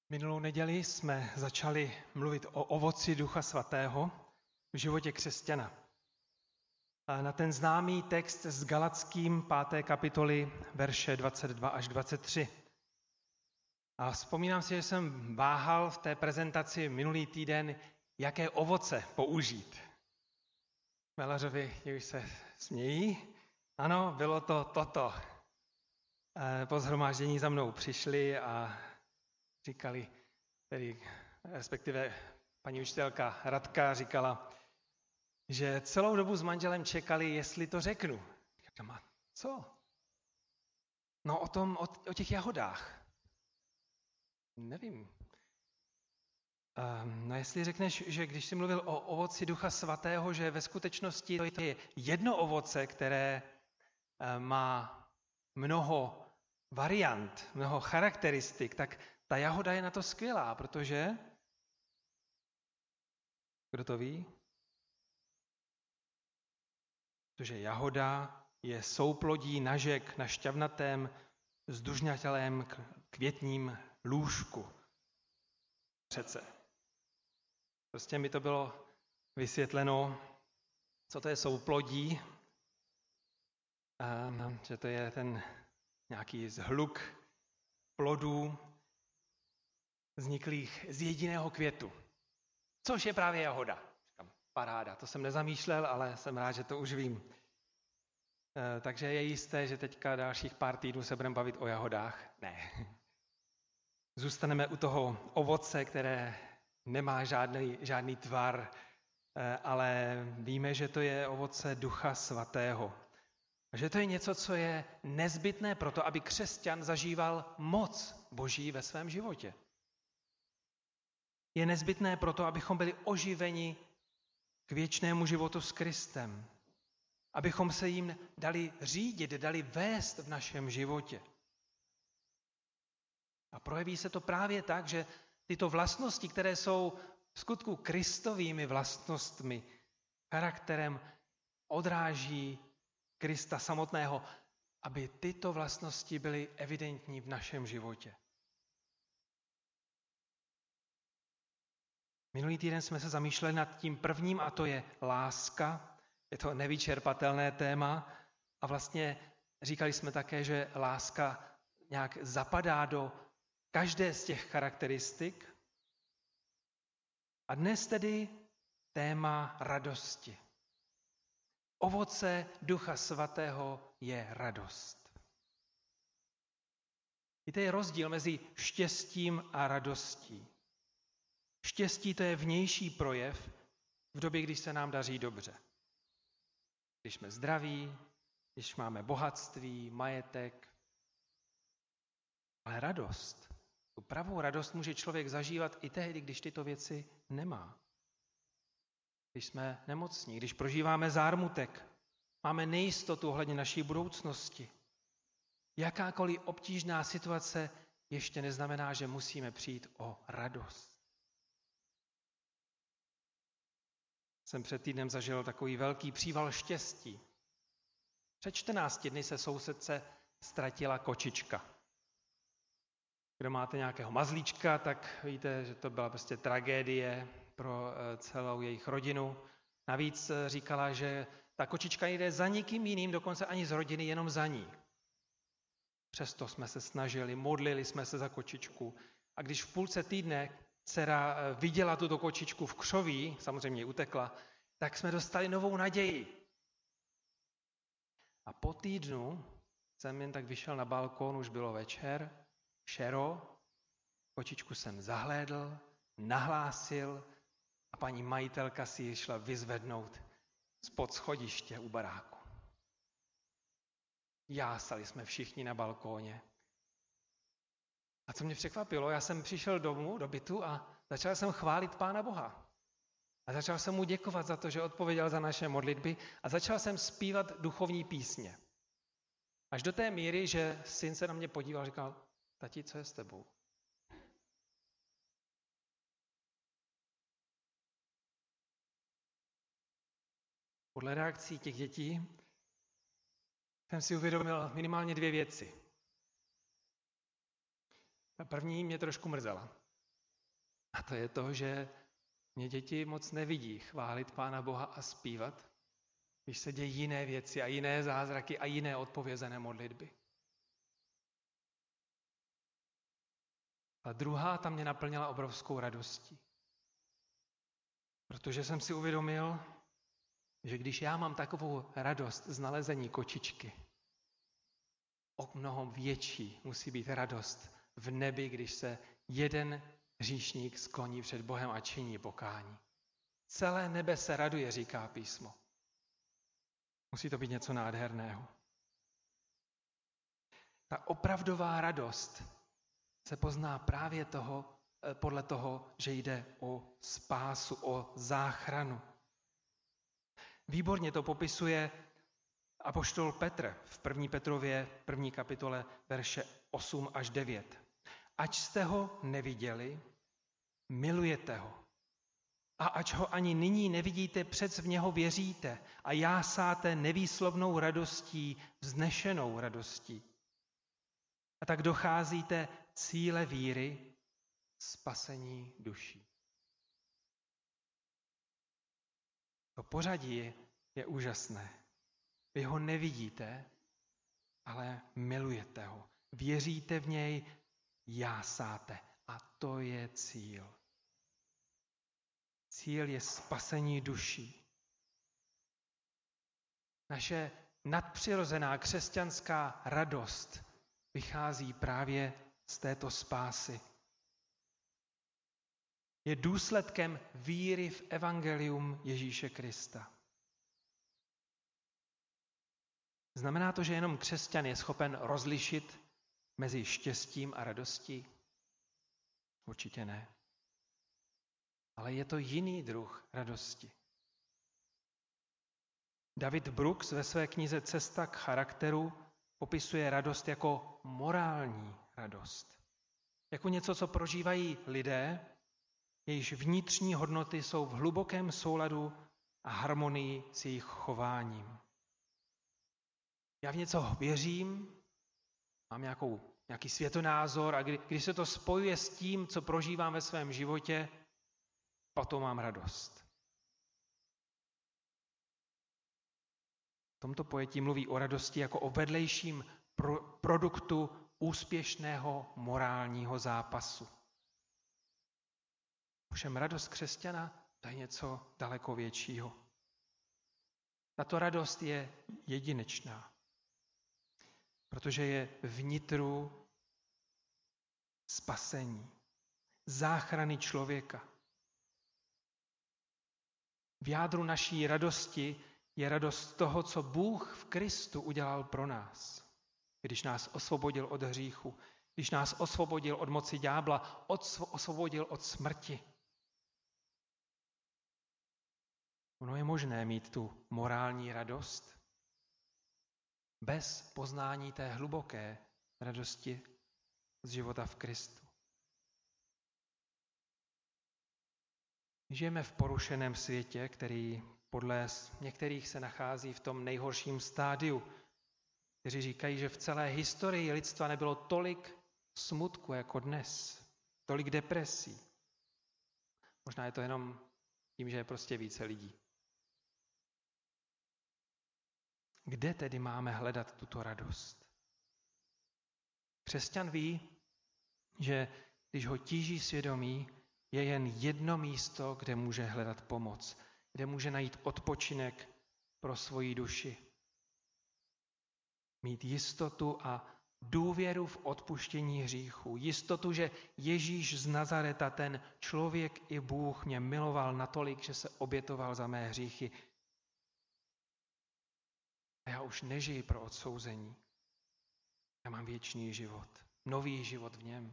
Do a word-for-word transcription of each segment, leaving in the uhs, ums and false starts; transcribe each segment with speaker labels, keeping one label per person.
Speaker 1: Minulou neděli jsme začali mluvit o ovoci Ducha Svatého v životě křesťana. A na ten známý text z Galackým páté kapitoly, verše dvacet dva až dvacet tři. A vzpomínám si, že jsem váhal v té prezentaci minulý týden, jaké ovoce použít. Melařovi už se smějí. Ano, bylo to toto. Po shromáždění za mnou přišli a říkali, tedy respektive paní učitelka Radka říkala, že celou dobu s manželem čekali, jestli to řeknu. Říkám, co? No o tom, o, o těch jahodách. Nevím. Um, no jestli řekneš, že když jsi mluvil o ovoci Ducha Svatého, že ve skutečnosti to je jedno ovoce, které um, má mnoho variant, mnoho charakteristik, tak ta jahoda je na to skvělá, protože... Kdo to ví? Protože jahoda je souplodí nažek na šťavnatém, zdužňatelém květním lůžku. Přece. Prostě mi to bylo vysvětleno, co to je souplodí, a, že to je ten nějaký zhluk plodů vzniklých z jediného květu. Což je právě jahoda. Říkám, paráda, to jsem nezamýšlel, ale jsem rád, že to už vím. E, takže je jisté, že teďka dalších pár týdnů se budeme bavit o jahodách? Ne. Zůstaneme u toho ovoce, které nemá žádný, žádný tvar, e, ale víme, že to je ovoce Ducha Svatého. A že to je něco, co je nezbytné pro to, aby křesťan zažíval moc Boží ve svém životě. Je nezbytné proto, abychom byli oživeni k věčnému životu s Kristem. Abychom se jim dali řídit, dali vést v našem životě. A projeví se to právě tak, že tyto vlastnosti, které jsou v skutku Kristovými vlastnostmi, charakterem, odráží Krista samotného, aby tyto vlastnosti byly evidentní v našem životě. Minulý týden jsme se zamýšleli nad tím prvním, a to je láska. Je to nevyčerpatelné téma a vlastně říkali jsme také, že láska nějak zapadá do každé z těch charakteristik. A dnes tedy téma radosti. Ovoce Ducha Svatého je radost. Víte, je rozdíl mezi štěstím a radostí. Štěstí to je vnější projev v době, když se nám daří dobře. Když jsme zdraví, když máme bohatství, majetek. Ale radost, tu pravou radost může člověk zažívat i tehdy, když tyto věci nemá. Když jsme nemocní, když prožíváme zármutek, máme nejistotu ohledně naší budoucnosti. Jakákoliv obtížná situace ještě neznamená, že musíme přijít o radost. Jsem před týdnem zažil takový velký příval štěstí. Před čtrnácti dny se sousedce ztratila kočička. Kdo máte nějakého mazlíčka, tak víte, že to byla prostě tragédie pro celou jejich rodinu. Navíc říkala, že ta kočička jde za nikým jiným, dokonce ani z rodiny, jenom za ní. Přesto jsme se snažili, modlili jsme se za kočičku. A když v půlce týdne dcera viděla tuto kočičku v křoví, samozřejmě utekla, tak jsme dostali novou naději. A po týdnu jsem jen tak vyšel na balkón, už bylo večer, šero, kočičku jsem zahlédl, nahlásil a paní majitelka si ji šla vyzvednout spod schodiště u baráku. Jásali jsme všichni na balkóně. A co mě překvapilo, já jsem přišel domů, do bytu a začal jsem chválit Pána Boha. A začal jsem mu děkovat za to, že odpověděl za naše modlitby a začal jsem zpívat duchovní písně. Až do té míry, že syn se na mě podíval a říkal, tati, co je s tebou? Podle reakcí těch dětí jsem si uvědomil minimálně dvě věci. Ta první mě trošku mrzela. A to je to, že mě děti moc nevidí chválit Pána Boha a zpívat, když se dějí jiné věci a jiné zázraky a jiné odpovězené modlitby. A druhá tam mě naplnila obrovskou radostí. Protože jsem si uvědomil, že když já mám takovou radost z nalezení kočičky, o mnoho větší musí být radost v nebi, když se jeden hříšník skloní před Bohem a činí pokání. Celé nebe se raduje, říká písmo. Musí to být něco nádherného. Ta opravdová radost se pozná právě toho, podle toho, že jde o spásu, o záchranu. Výborně to popisuje apoštol Petr v první Petrově první kapitole verše osm až devět. Ač jste ho neviděli, milujete ho. A ač ho ani nyní nevidíte, přec v něho věříte a jásáte nevýslovnou radostí, vznešenou radostí. A tak docházíte cíle víry, spasení duší. To pořadí je, je úžasné. Vy ho nevidíte, ale milujete ho. Věříte v něj, jásáte. A to je cíl. Cíl je spasení duší. Naše nadpřirozená křesťanská radost vychází právě z této spásy. Je důsledkem víry v evangelium Ježíše Krista. Znamená to, že jenom křesťan je schopen rozlišit mezi štěstím a radostí? Určitě ne. Ale je to jiný druh radosti. David Brooks ve své knize Cesta k charakteru popisuje radost jako morální radost. Jako něco, co prožívají lidé, jejichž vnitřní hodnoty jsou v hlubokém souladu a harmonii s jejich chováním. Já v něco věřím, mám nějakou, nějaký světonázor a kdy, když se to spojuje s tím, co prožívám ve svém životě, potom mám radost. V tomto pojetí mluví o radosti jako o vedlejším pro, produktu úspěšného morálního zápasu. Ovšem radost křesťana to je něco daleko většího. Tato radost je jedinečná, protože je vnitru spasení, záchrany člověka. V jádru naší radosti je radost toho, co Bůh v Kristu udělal pro nás, když nás osvobodil od hříchu, když nás osvobodil od moci ďábla, osvobodil od smrti. Ono je možné mít tu morální radost bez poznání té hluboké radosti z života v Kristu. Žijeme v porušeném světě, který podle některých se nachází v tom nejhorším stádiu, kteří říkají, že v celé historii lidstva nebylo tolik smutku jako dnes, tolik depresí. Možná je to jenom tím, že je prostě více lidí. Kde tedy máme hledat tuto radost? Křesťan ví, že když ho tíží svědomí, je jen jedno místo, kde může hledat pomoc, kde může najít odpočinek pro svoji duši. Mít jistotu a důvěru v odpuštění hříchů. Jistotu, že Ježíš z Nazareta, ten člověk i Bůh, mě miloval natolik, že se obětoval za mé hříchy. A já už nežiji pro odsouzení. Já mám věčný život, nový život v něm.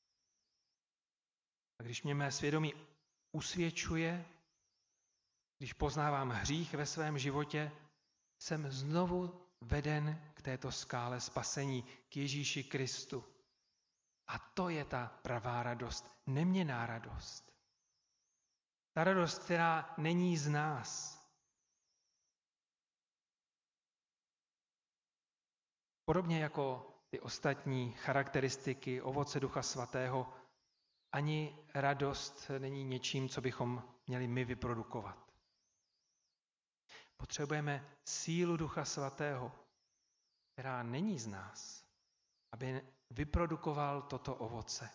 Speaker 1: A když mě mé svědomí usvědčuje, když poznávám hřích ve svém životě, jsem znovu veden k této skále spasení, k Ježíši Kristu. A to je ta pravá radost, neměnná radost. Ta radost, která není z nás. Podobně jako ty ostatní charakteristiky ovoce Ducha Svatého, ani radost není něčím, co bychom měli my vyprodukovat. Potřebujeme sílu Ducha Svatého, která není z nás, aby vyprodukoval toto ovoce.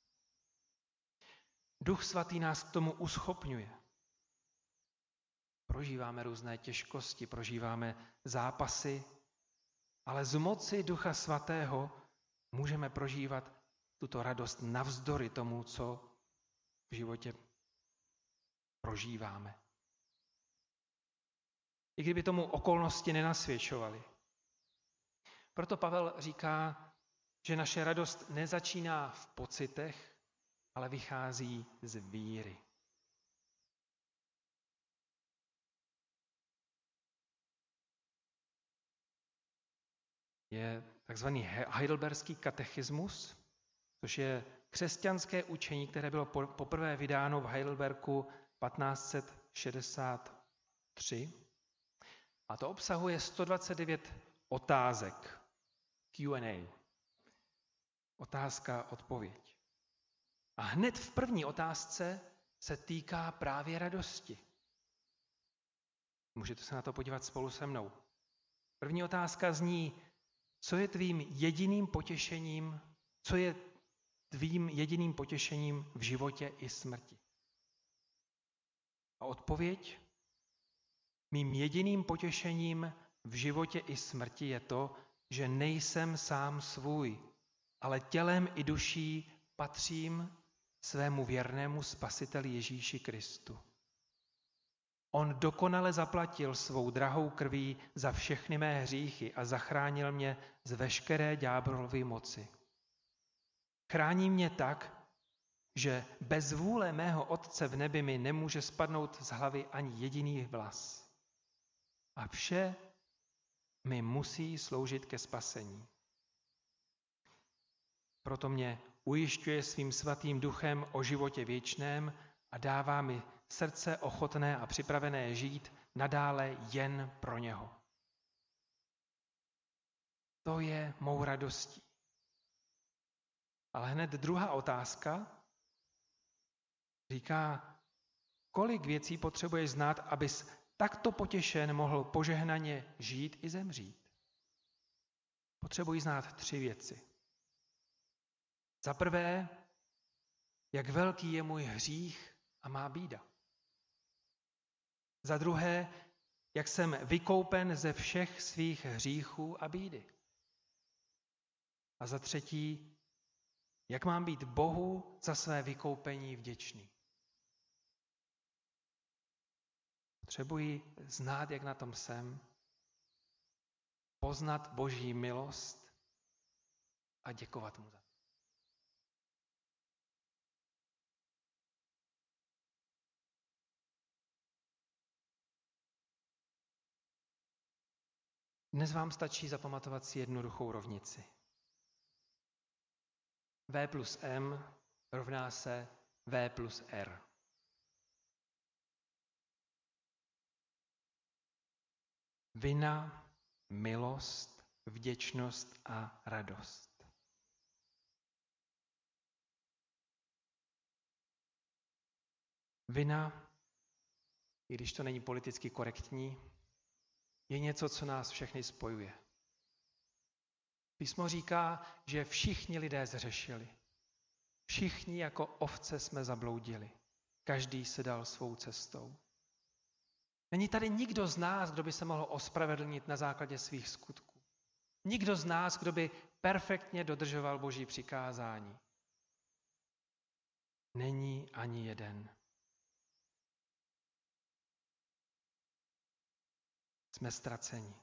Speaker 1: Duch Svatý nás k tomu uschopňuje. Prožíváme různé těžkosti, prožíváme zápasy, ale z moci Ducha Svatého můžeme prožívat tuto radost navzdory tomu, co v životě prožíváme. I kdyby tomu okolnosti nenasvědčovaly. Proto Pavel říká, že naše radost nezačíná v pocitech, ale vychází z víry. Je takzvaný heidelberský katechismus, což je křesťanské učení, které bylo poprvé vydáno v Heidelbergu patnáct set šedesát tři. A to obsahuje sto dvacet devět otázek. Q and A. Otázka, odpověď. A hned v první otázce se týká právě radosti. Můžete se na to podívat spolu se mnou. První otázka zní, co je tvým jediným potěšením, co je tvým jediným potěšením v životě i smrti. A odpověď, mým jediným potěšením v životě i smrti je to, že nejsem sám svůj, ale tělem i duší patřím svému věrnému Spasiteli Ježíši Kristu. On dokonale zaplatil svou drahou krví za všechny mé hříchy a zachránil mě z veškeré ďáblovy moci. Chrání mě tak, že bez vůle mého Otce v nebi mi nemůže spadnout z hlavy ani jediný vlas. A vše mi musí sloužit ke spasení. Proto mě ujišťuje svým svatým duchem o životě věčném a dává mi srdce ochotné a připravené žít nadále jen pro něho. To je mou radostí. Ale hned druhá otázka říká, kolik věcí potřebuješ znát, abys takto potěšen mohl požehnaně žít i zemřít. Potřebuji znát tři věci. Za prvé, jak velký je můj hřích a má bída. Za druhé, jak jsem vykoupen ze všech svých hříchů a bídy. A za třetí, jak mám být Bohu za své vykoupení vděčný. Potřebuji znát, jak na tom jsem, poznat Boží milost a děkovat mu za to. Dnes vám stačí zapamatovat si jednoduchou rovnici. V plus m rovná se V plus R. Vina, milost, vděčnost a radost. Vina, i když to není politicky korektní, je něco, co nás všechny spojuje. Písmo říká, že všichni lidé zhřešili. Všichni jako ovce jsme zabloudili. Každý se dal svou cestou. Není tady nikdo z nás, kdo by se mohl ospravedlnit na základě svých skutků. Nikdo z nás, kdo by perfektně dodržoval Boží přikázání. Není ani jeden. Jsme ztraceni.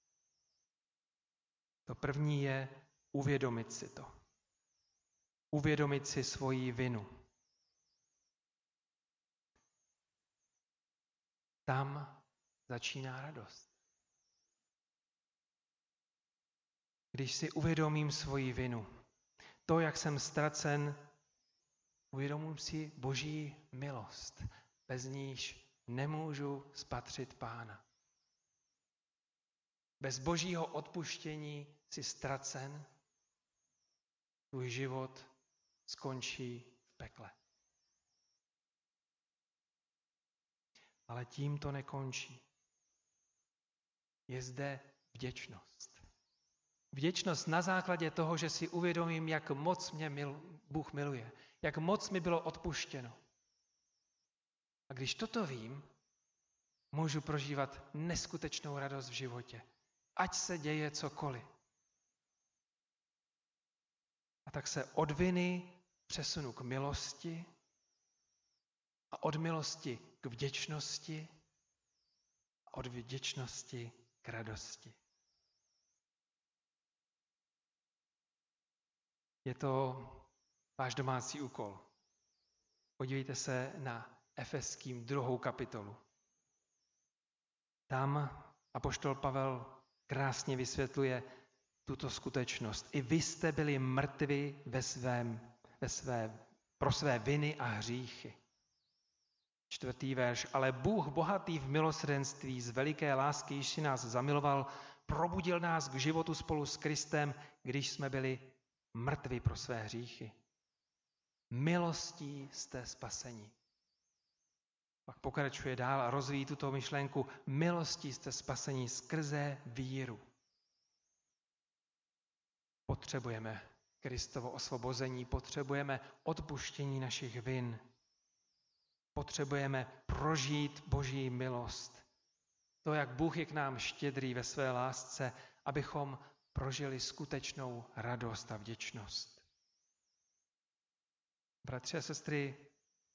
Speaker 1: To první je uvědomit si to. Uvědomit si svoji vinu. Tam začíná radost. Když si uvědomím svoji vinu, to, jak jsem ztracen, uvědomím si Boží milost, bez níž nemůžu spatřit Pána. Bez Božího odpuštění jsi ztracen, tvůj život skončí v pekle. Ale tím to nekončí. Je zde vděčnost. Vděčnost na základě toho, že si uvědomím, jak moc mě mil, Bůh miluje, jak moc mi bylo odpuštěno. A když toto vím, můžu prožívat neskutečnou radost v životě. Ať se děje cokoliv. A tak se od viny přesunu k milosti a od milosti k vděčnosti a od vděčnosti k radosti. Je to váš domácí úkol. Podívejte se na Efeským druhou kapitolu. Tam apoštol Pavel krásně vysvětluje tuto skutečnost. I vy jste byli mrtvi ve svém, ve své, pro své viny a hříchy. Čtvrtý verš. Ale Bůh bohatý v milosrdenství z veliké lásky, již si nás zamiloval, probudil nás k životu spolu s Kristem, když jsme byli mrtví pro své hříchy. Milostí jste spaseni. Pak pokračuje dál a rozvíjí tuto myšlenku. Milostí jste spaseni skrze víru. Potřebujeme Kristovo osvobození, potřebujeme odpuštění našich vin. Potřebujeme prožít Boží milost. To, jak Bůh je k nám štědrý ve své lásce, abychom prožili skutečnou radost a vděčnost. Bratři a sestry,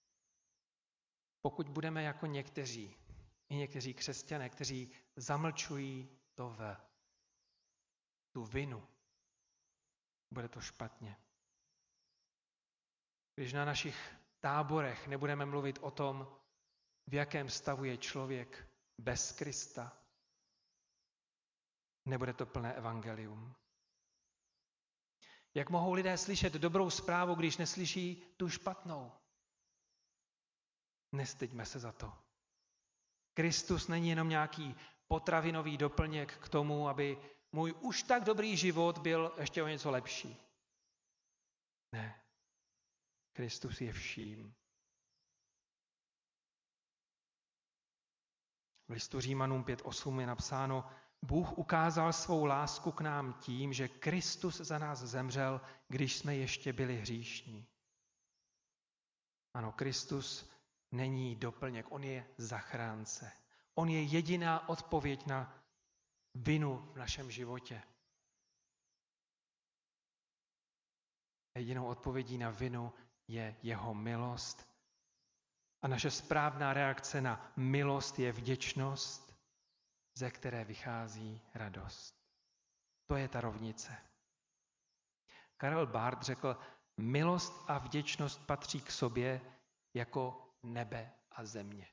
Speaker 1: pokud budeme jako někteří, i někteří křesťané, kteří zamlčují to v tu vinu, bude to špatně. Když na našich táborech nebudeme mluvit o tom, v jakém stavu je člověk bez Krista, nebude to plné evangelium. Jak mohou lidé slyšet dobrou zprávu, když neslyší tu špatnou? Nestyďme se za to. Kristus není jenom nějaký potravinový doplněk k tomu, aby můj už tak dobrý život byl ještě o něco lepší. Ne. Kristus je vším. V listu Římanům pět osm je napsáno, Bůh ukázal svou lásku k nám tím, že Kristus za nás zemřel, když jsme ještě byli hříšní. Ano, Kristus není doplněk, on je zachránce. On je jediná odpověď na vinu v našem životě. Jedinou odpovědí na vinu je jeho milost. A naše správná reakce na milost je vděčnost, ze které vychází radost. To je ta rovnice. Karel Barth řekl, milost a vděčnost patří k sobě jako nebe a země.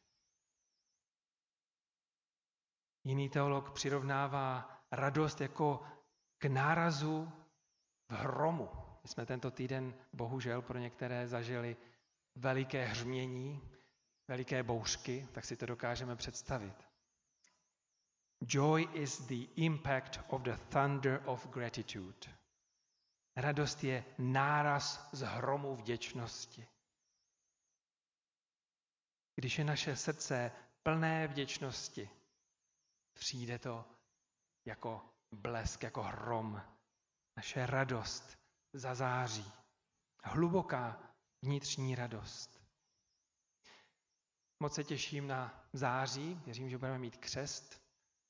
Speaker 1: Jiný teolog přirovnává radost jako k nárazu v hromu. My jsme tento týden bohužel pro některé zažili veliké hřmění, veliké bouřky, tak si to dokážeme představit. Joy is the impact of the thunder of gratitude. Radost je náraz z hromu vděčnosti. Když je naše srdce plné vděčnosti, přijde to jako blesk, jako hrom. Naše radost zazáří. Hluboká vnitřní radost. Moc se těším na září, věřím, že budeme mít křest.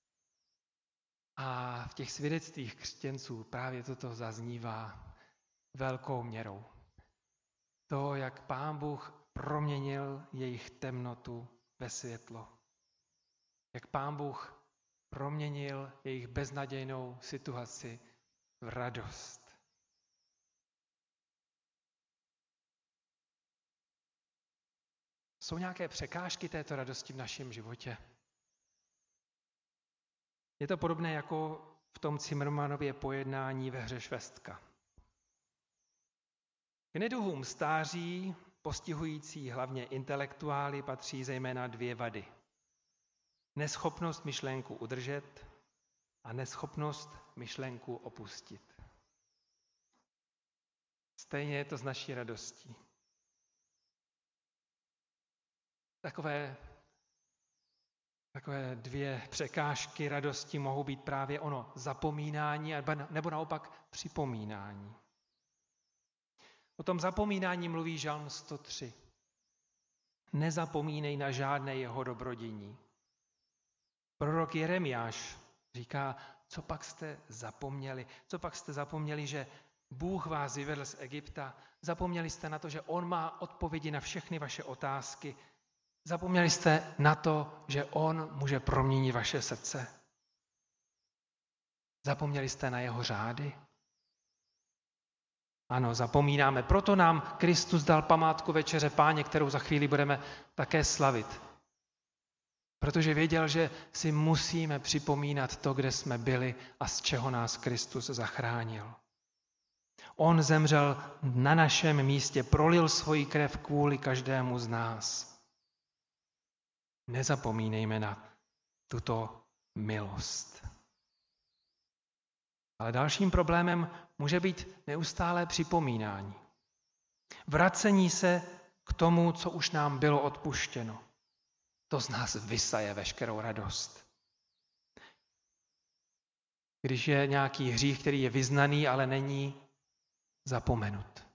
Speaker 1: A v těch svědectvích křtěnců právě toto zaznívá velkou měrou. To, jak Pán Bůh proměnil jejich temnotu ve světlo. Jak Pán Bůh proměnil jejich beznadějnou situaci v radost. Jsou nějaké překážky této radosti v našem životě? Je to podobné jako v tom Zimmermanově pojednání ve hře Švestka. K neduhům stáří, postihující hlavně intelektuály, patří zejména dvě vady. Neschopnost myšlenku udržet a neschopnost myšlenku opustit. Stejně je to s naší radostí. takové, takové dvě překážky radosti mohou být právě ono zapomínání nebo naopak připomínání. O tom zapomínání mluví Žalm sto tři. Nezapomínej na žádné jeho dobrodění. Prorok Jeremiáš říká, co pak jste zapomněli? Co pak jste zapomněli, že Bůh vás vyvedl z Egypta? Zapomněli jste na to, že On má odpovědi na všechny vaše otázky? Zapomněli jste na to, že On může proměnit vaše srdce? Zapomněli jste na jeho řády? Ano, zapomínáme. Proto nám Kristus dal památku večeře Páně, kterou za chvíli budeme také slavit. Protože věděl, že si musíme připomínat to, kde jsme byli a z čeho nás Kristus zachránil. On zemřel na našem místě, prolil svoji krev kvůli každému z nás. Nezapomínejme na tuto milost. Ale dalším problémem může být neustálé připomínání. Vracení se k tomu, co už nám bylo odpuštěno. To z nás vysaje veškerou radost. Když je nějaký hřích, který je vyznaný, ale není zapomenut.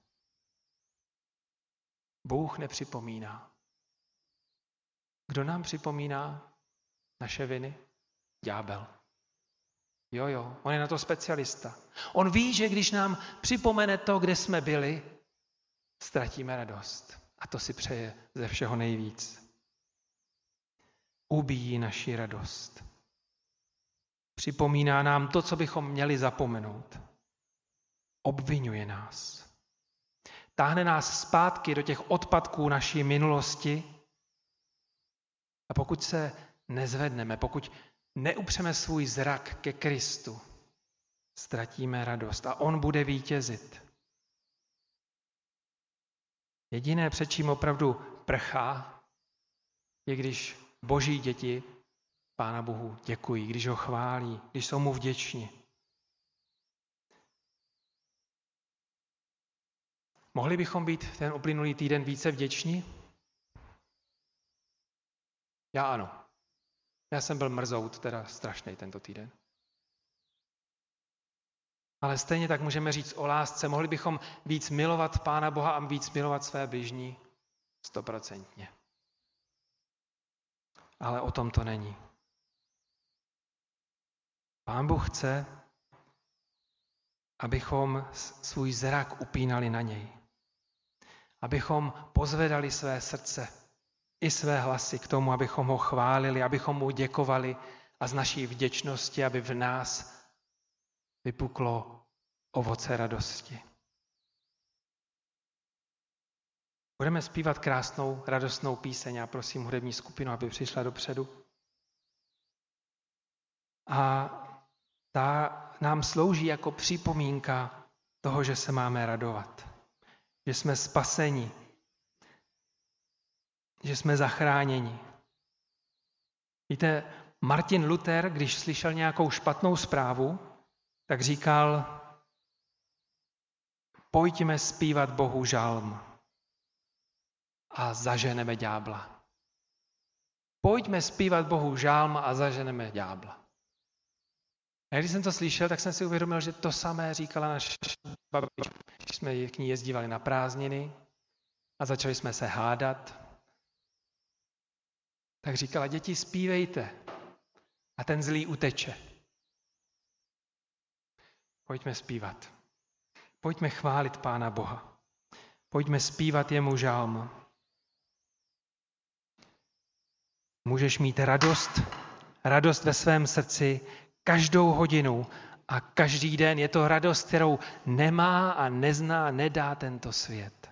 Speaker 1: Bůh nepřipomíná. Kdo nám připomíná naše viny? Ďábel. Jo, jo, on je na to specialista. On ví, že když nám připomene to, kde jsme byli, ztratíme radost. A to si přeje ze všeho nejvíc. Ubíjí naši radost. Připomíná nám to, co bychom měli zapomenout. Obvinuje nás. Táhne nás zpátky do těch odpadků naší minulosti. A pokud se nezvedneme, pokud neupřeme svůj zrak ke Kristu, ztratíme radost a on bude vítězit. Jediné, před čím opravdu prchá, je když Boží děti Pána Bohu děkují, když ho chválí, když jsou mu vděční. Mohli bychom být ten uplynulý týden více vděční? Já ano. Já jsem byl mrzout, teda strašnej tento týden. Ale stejně tak můžeme říct o lásce. Mohli bychom víc milovat Pána Boha a víc milovat své bližní? Stoprocentně. Ale o tom to není. Pán Bůh chce, abychom svůj zrak upínali na něj. Abychom pozvedali své srdce i své hlasy k tomu, abychom ho chválili, abychom mu děkovali a z naší vděčnosti, aby v nás vypuklo ovoce radosti. Budeme zpívat krásnou, radostnou píseň. Já prosím hudební skupinu, aby přišla dopředu. A ta nám slouží jako připomínka toho, že se máme radovat. Že jsme spaseni. Že jsme zachráněni. Víte, Martin Luther, když slyšel nějakou špatnou zprávu, tak říkal, pojďme zpívat Bohu žalm a zaženeme ďábla. Pojďme zpívat Bohu žalm a zaženeme ďábla. A když jsem to slyšel, tak jsem si uvědomil, že to samé říkala naše babička, když jsme k ní jezdívali na prázdniny a začali jsme se hádat. Tak říkala, děti, zpívejte a ten zlý uteče. Pojďme zpívat. Pojďme chválit Pána Boha. Pojďme zpívat jemu žalm. Můžeš mít radost, radost ve svém srdci každou hodinu a každý den. Je to radost, kterou nemá a nezná, nedá tento svět.